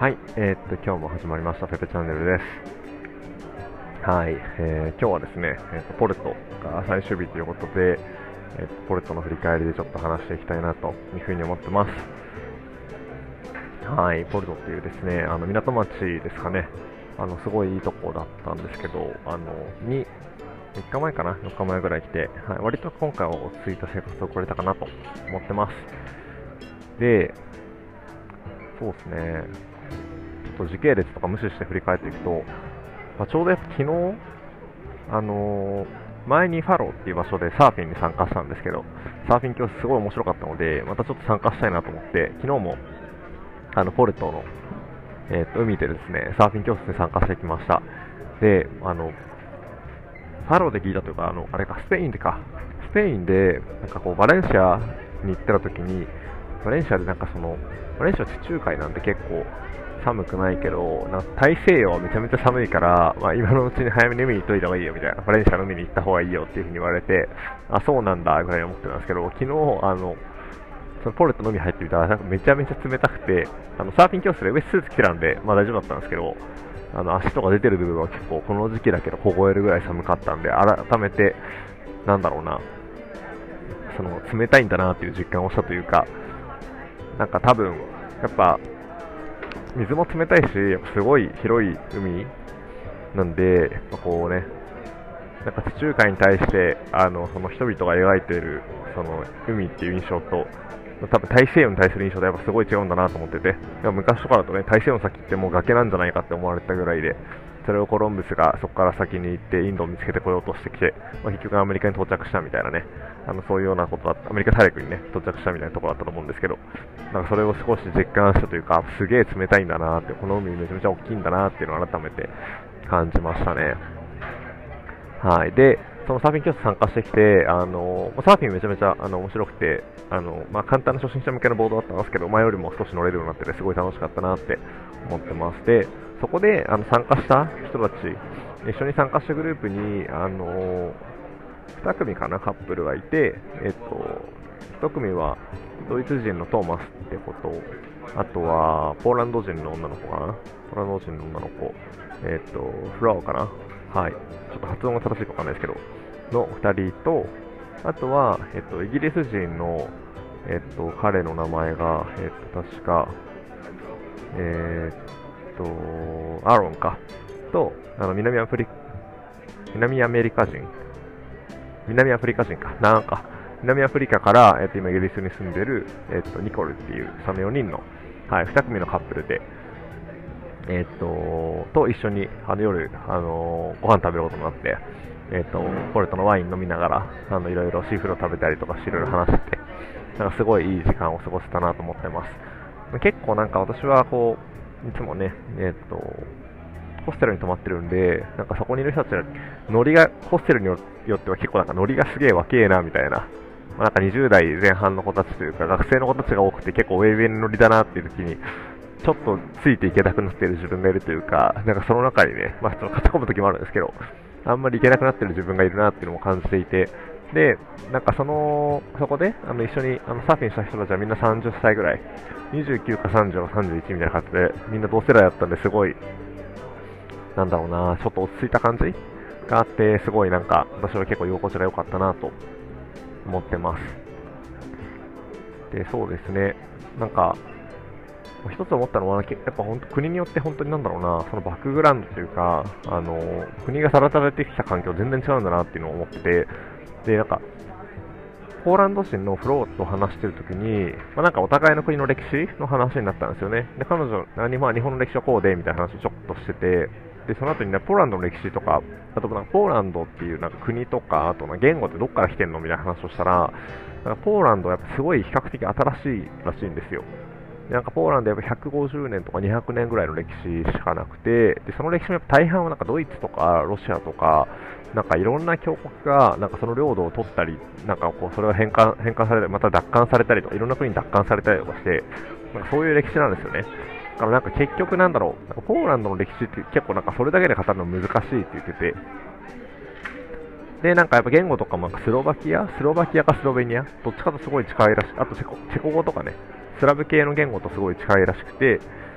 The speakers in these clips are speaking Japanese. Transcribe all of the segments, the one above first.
はい、今日も始まりましたペペチャンネルです。はい、今日はですね、ポルトが最終日ということで、ポルトの振り返りでちょっと話していきたいなというふうに思ってます。はい、ポルトっていうですね、港町ですかね、すごいいいとこだったんですけど、3日前かな、4日前ぐらい来て、はい、割と今回は落ち着いた生活を送れたかなと思ってます。で、そうですね、ちょっと時系列とか無視して振り返っていくと、ちょうど昨日、前にファローっていう場所でサーフィンに参加したんですけど、サーフィン教室すごい面白かったので、またちょっと参加したいなと思って、昨日もポルトの、海でですね、サーフィン教室に参加してきました。で、ファローで聞いたというか、あれか、スペインで、なんかこう、バレンシアに行ってた時に、バレンシアでバレンシアは地中海なんで結構寒くないけど、なんか大西洋はめちゃめちゃ寒いから、今のうちに早めに海に行っといた方がいいよみたいな、バレンシアの海に行った方がいいよっていう風に言われて、あ、そうなんだぐらい思ってたんですけど、昨日、そのポルトの海入ってみたら、なんかめちゃめちゃ冷たくて、サーフィン教室で上スーツ着てたんで、大丈夫だったんですけど、足とか出てる部分は結構この時期だけど凍えるぐらい寒かったんで、改めて、なんだろうな、その冷たいんだなっていう実感をしたというか、なんか多分、やっぱ、水も冷たいし、すごい広い海なんで、こうね、なんか地中海に対して、その人々が描いている、その海っていう印象と、多分大西洋に対する印象でやっぱすごい違うんだなと思ってて、昔とかだとね、大西洋の先ってもう崖なんじゃないかって思われたぐらいで、それをコロンブスがそこから先に行ってインドを見つけてこようとしてきて、結局アメリカに到着したみたいなね、そういうようなことだった、アメリカ大陸にね、到着したみたいなところだったと思うんですけど、なんかそれを少し実感したというか、すげえ冷たいんだなって、この海めちゃめちゃ大きいんだなっていうのを改めて感じましたね。はい。で、そのサーフィン教室参加してきて、サーフィンめちゃめちゃ面白くて、簡単な初心者向けのボードだったんですけど、前よりも少し乗れるようになってて、すごい楽しかったなって思ってまして、そこで参加した人たち、一緒に参加したグループに、2組かな、カップルがいて、1組はドイツ人のトーマスってこと、あとはポーランド人の女の子かな、ポーランド人の女の子、フラワーかな、はい、ちょっと発音が正しいかわかんないですけど、の2人と、あとは、イギリス人の、彼の名前が、確か、アロンか、と、南アフリカ人か、南アフリカから、今イギリスに住んでる、ニコルっていう、その4人の、はい、2組のカップルで、と一緒に夜、ご飯食べることになって、ポルトのワイン飲みながら、いろいろシーフード食べたりとかしていろいろ話して、なんかすごいいい時間を過ごせたなと思ってます。結構なんか私はこう、いつもね、ホステルに泊まってるんで、なんかそこにいる人たちのノリが、ホステルによっては結構なんかノリがすげえ若えなみたいな、なんか20代前半の子たちというか、学生の子たちが多くて結構ウェイウェイのノリだなっていう時に、ちょっとついていけなくなっている自分がいるというか、なんかその中にね、ちょっと勝ち込む時もあるんですけど、あんまりいけなくなっている自分がいるなっていうのも感じていて、で、なんかそこで一緒にサーフィンした人たちはみんな30歳ぐらい、29か30か31みたいな感じで、みんな同世代だったんですごい、なんだろうな、ちょっと落ち着いた感じがあって、すごいなんか私は結構居心地が良かったなと思ってます。で、そうですね、なんか、一つ思ったのは、やっぱ本当国によって本当になんだろうな、そのバックグラウンドというか、国がさらされてきた環境全然違うんだなっていうのを思ってて、で、なんか、ポーランド人のフローと話してるときに、なんかお互いの国の歴史の話になったんですよね。で、彼女に日本の歴史はこうで、みたいな話をちょっとしてて、で、その後にね、ポーランドの歴史とか、あとなんかポーランドっていうなんか国とか、あと言語ってどっから来てんのみたいな話をしたら、なんかポーランドはやっぱすごい比較的新しいらしいんですよ。なんかポーランドはやっぱ150年とか200年ぐらいの歴史しかなくて、でその歴史もやっぱ大半はなんかドイツとかロシアとか、なんかいろんな強国がなんかその領土を取ったり、なんかこうそれが返還されて、また奪還されたりとか、いろんな国に奪還されたりとかして、なんかそういう歴史なんですよね。だからなんか結局なんだろう、なんかポーランドの歴史って結構なんかそれだけで語るの難しいって言ってて、で、なんかやっぱ言語とかもスロバキアかスロベニア、どっちかとすごい近いらしい、あとチェコ語とかね、スラブ系の言語とすごい近いらしくて、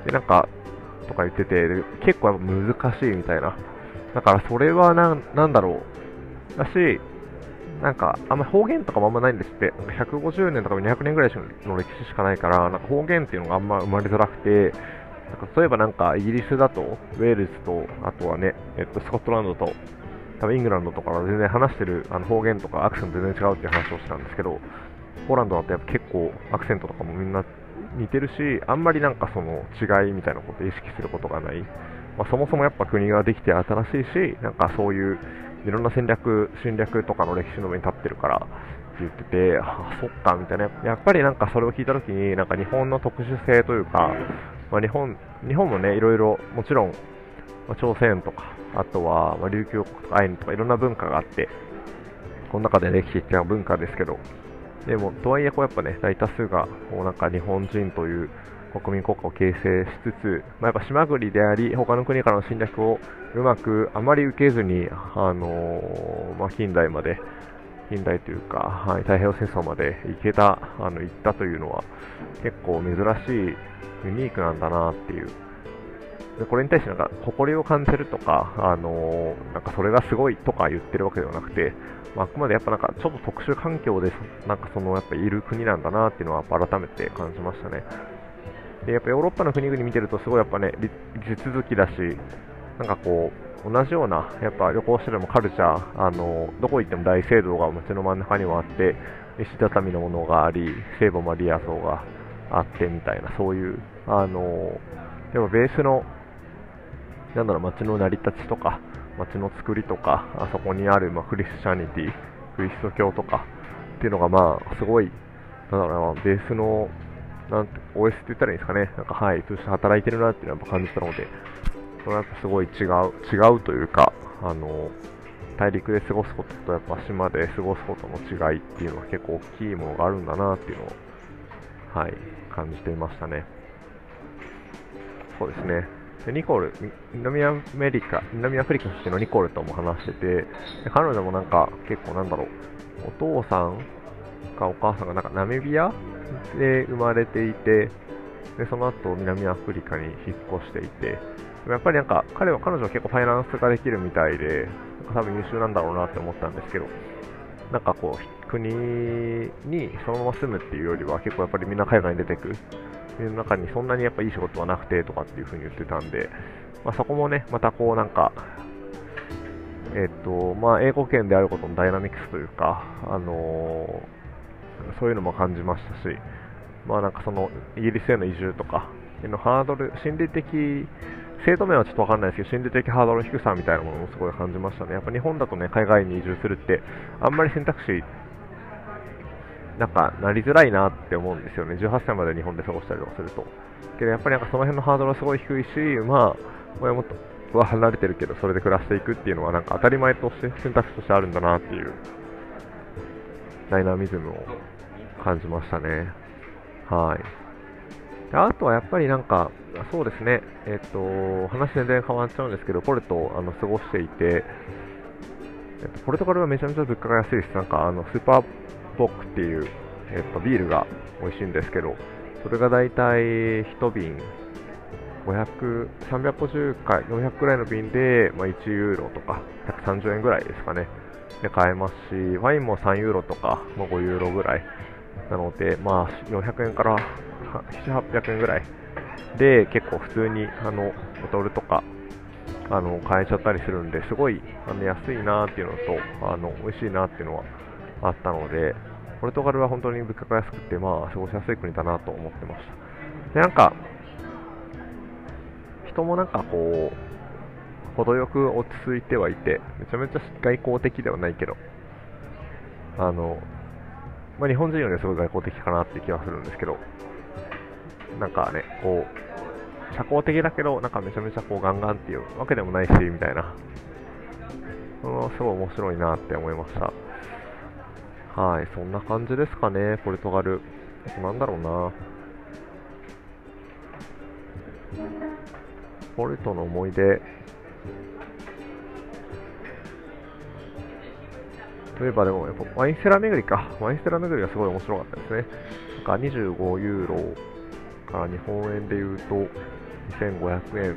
で、なんか、とか言ってて、で結構やっぱ難しいみたいな。だからそれはなんだろう。だし、なんか、あんま方言とかもあんまないんですって。150年とか200年ぐらいの歴史しかないから、なんか方言っていうのがあんま生まれづらくて、なんか例えばなんかイギリスだと、ウェールズと、あとはね、スコットランドと、多分イングランドとかは全然話してる方言とかアクセント全然違うっていう話をしてたんですけど、ポーランドだとやっぱ結構アクセントとかもみんな似てるし、あんまりなんかその違いみたいなことを意識することがない。まあ、そもそもやっぱ国ができて新しいし、なんかそういういろんな侵略とかの歴史の上に立ってるからって言ってて、あ、そっかみたいな。やっぱりなんかそれを聞いたときに、なんか日本の特殊性というか、まあ、日本もね、いろいろもちろん、まあ、朝鮮とか、あとは、まあ、琉球国とかアイヌとかいろんな文化があって、この中で歴史っていうのは文化ですけど、でも、とはいえ、こうやっぱね、大多数がこうなんか日本人という国民国家を形成しつつ、まあ、やっぱ島国であり、他の国からの侵略をうまくあまり受けずに、まあ、近代というか、はい、太平洋戦争まで行ったというのは結構珍しい、ユニークなんだなっていう。でこれに対してなんか誇りを感じるとか、なんかそれがすごいとか言ってるわけではなくて、まあ、あくまでやっぱなんかちょっと特殊環境でなんかそのやっぱいる国なんだなっていうのは改めて感じましたね。でやっぱヨーロッパの国々見てるとすごいやっぱね地続きだし、なんかこう同じようなやっぱ旅行してでもカルチャー、どこ行っても大聖堂が街の真ん中にはあって、石畳のものがあり、聖母マリア像があってみたいな、そういうやっぱベースのなんだろう、街の成り立ちとか街の作りとか、あそこにある、まあ、クリスチャニティ、キリスト教とかっていうのがまあすごいなんだろうな、ベースのOS って言ったらいいんですかね、なんかはい、として働いてるなっていうのはやっぱ感じたので、それはやっぱすごい違うというか、大陸で過ごすこととやっぱ島で過ごすことの違いっていうのは結構大きいものがあるんだなっていうのを、はい、感じていましたね。そうですね。でニコール、南アフリカ出身のニコールとも話してて、で彼女もなんか結構なんだろう、お父さんかお母さんがなんかナミビアで生まれていて、でその後南アフリカに引っ越していて、やっぱりなんか彼女は結構ファイナンスができるみたいで、なんか多分優秀なんだろうなって思ったんですけど、なんかこう国にそのまま住むっていうよりは結構やっぱりみんな海外に出てくの中にそんなにやっぱいい仕事はなくてとかっていう風に言ってたんで、まあ、そこもねまたこうなんかまあ英語圏であることのダイナミクスというか、そういうのも感じましたし、まあなんかそのイギリスへの移住とかのハードル、心理的制度面はちょっとわかんないですけど、心理的ハードルの低さみたいなものもすごい感じましたね。やっぱ日本だとね、海外に移住するってあんまり選択肢なんかなりづらいなって思うんですよね。18歳まで日本で過ごしたりとかすると。けどやっぱりなんかその辺のハードルはすごい低いし、まあ親元は離れてるけどそれで暮らしていくっていうのはなんか当たり前として選択肢としてあるんだなっていうダイナミズムを感じましたね。はい。であとはやっぱりなんかそうですね、話全然変わっちゃうんですけど、ポルト過ごしていて、ポルトガルはめちゃめちゃ物価が安いです。なんかスーパーボックっていう、ビールが美味しいんですけど、それがだいたい1瓶500、350回、400くらいの瓶で、まあ、1ユーロとか130円ぐらいですかね。で買えますし、ワインも3ユーロとか、まあ、5ユーロぐらいなので、まあ、400円から7、800円ぐらいで結構普通にボトルとか買えちゃったりするんで、すごい安いなっていうのと美味しいなっていうのはあったので、ポルトガルは本当に物価が安くて、まあ過ごしやすい国だなと思ってました。でなんか人もなんかこう程よく落ち着いてはいて、めちゃめちゃ外交的ではないけど、まあ、日本人よりはすごい外交的かなっていう気はするんですけど、なんかねこう社交的だけどなんかめちゃめちゃこうガンガンっていうわけでもないしみたいな、すごい面白いなって思いました。はい、そんな感じですかね、ポルトガル。なんだろうな、ポルトの思い出。例えばでも、やっぱワインセラ巡りか。ワインセラ巡りがすごい面白かったですね。なんか25ユーロから日本円で言うと、 2500円。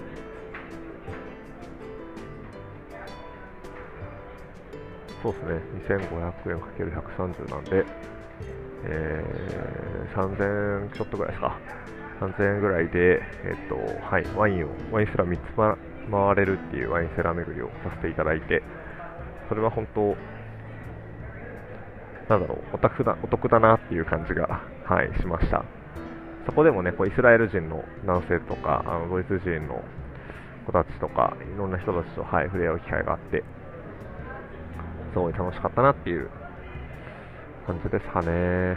そうですね、2500円かける130なんで、3000ちょっとぐらいですか。3000円ぐらいで、はい、ワインセラ3つ回れるっていうワインセラ巡りをさせていただいて、それは本当、なんだろう、お得だなっていう感じが、はい、しました。そこでもね、こうイスラエル人の男性とか、ドイツ人の子たちとか、いろんな人たちと、はい、触れ合う機会があって、すごい楽しかったなっていう感じですかね。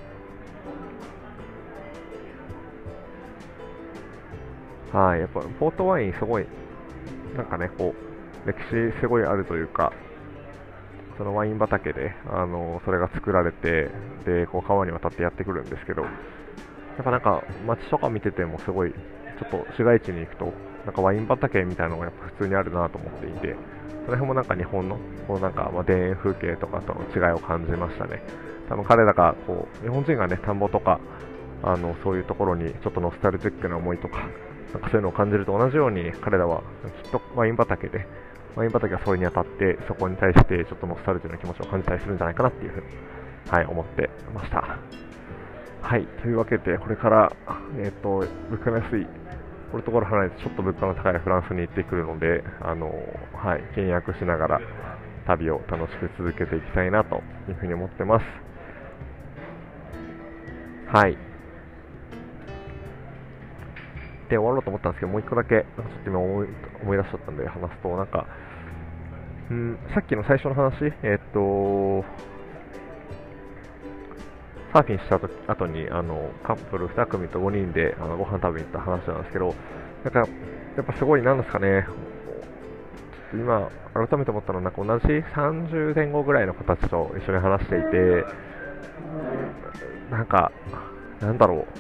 はい、やっぱポートワインすごい、なんかね、こう、歴史すごいあるというか、そのワイン畑で、それが作られて、で、こう川に渡ってやってくるんですけど、やっぱなんか街とか見ててもすごい、ちょっと市街地に行くと、なんかワイン畑みたいなのがやっぱ普通にあるなと思っていて、その辺もなんか日本の、こうなんか田園風景とかとの違いを感じましたね。多分彼らが、こう、日本人がね、田んぼとか、そういうところにちょっとノスタルジックな思いとか、なんかそういうのを感じると同じように彼らはきっとワイン畑がそれにあたってそこに対してちょっとノスタルジーな気持ちを感じたりするんじゃないかなっていうふうに、はい、思ってました。はい、というわけでこれから、物価の安いポルトガル離れてちょっと物価の高いフランスに行ってくるので、はい、倹約しながら旅を楽しく続けていきたいなというふうに思ってます。はい。で終わろうと思ったんですけど、もう一個だけなんかちょっと今思い出しちゃったんで話すと、なんか、さっきの最初の話、サーフィンした後にカップル2組と5人でご飯食べに行った話なんですけど、なんかやっぱすごい、なんですかね、今、改めて思ったのは、なんか同じ30前後ぐらいの子たちと一緒に話していて、なんか、なんだろ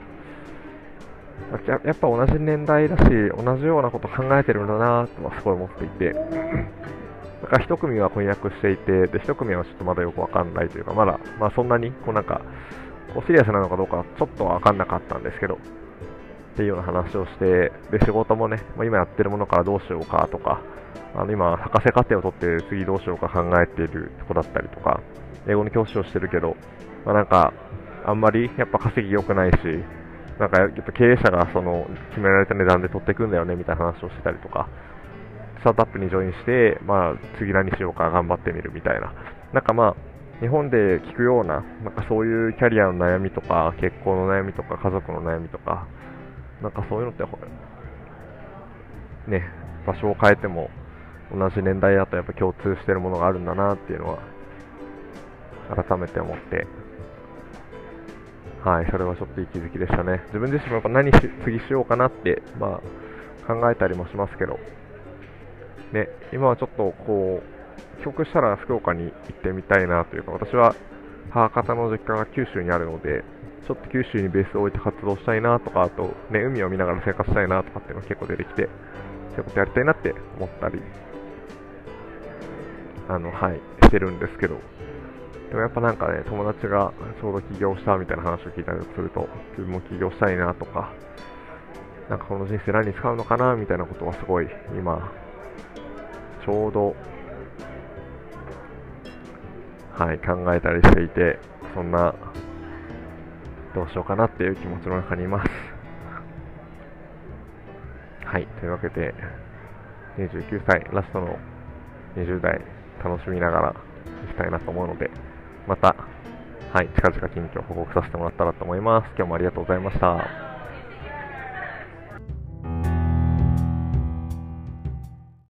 う、やっぱ同じ年代だし、同じようなこと考えてるんだなとはすごい思っていて、だから1組は婚約していて、で1組はちょっとまだよくわかんないというか、まだ、まあ、そんなにこうなんかこうシリアスなのかどうかちょっとわかんなかったんですけど、っていうような話をして、で仕事もね、今やってるものからどうしようかとか、今、博士課程を取って次どうしようか考えている子だったりとか、英語の教師をしてるけど、なんかあんまりやっぱ稼ぎ良くないし、なんかやっぱ経営者がその決められた値段で取っていくんだよねみたいな話をしてたりとか、スタートアップにジョインして、次何しようか頑張ってみるみたいな、なんか日本で聞くような、なんかそういうキャリアの悩みとか、結婚の悩みとか、家族の悩みとか、なんかそういうのってね、場所を変えても同じ年代だとやっぱ共通しているものがあるんだなっていうのは改めて思って、はい、それはちょっといい気づきでしたね。自分自身もやっぱ次しようかなって、考えたりもしますけど、ね、今はちょっとこう帰国したら福岡に行ってみたいなというか、私は母方の実家が九州にあるので、ちょっと九州にベースを置いて活動したいなとか、あと、ね、海を見ながら生活したいなとかっていうのが結構出てきて、そういうことやりたいなって思ったり、はい、してるんですけど、でもやっぱなんかね、友達がちょうど起業したみたいな話を聞いたりすると、自分も起業したいなとか、なんかこの人生何に使うのかなみたいなことはすごい今、ちょうど、はい、考えたりしていて、そんな、どうしようかなっていう気持ちの中にいます。はい、というわけで、29歳、ラストの20代、楽しみながらいきたいなと思うので、また、はい、近々近況報告させてもらったらと思います。今日もありがとうございました。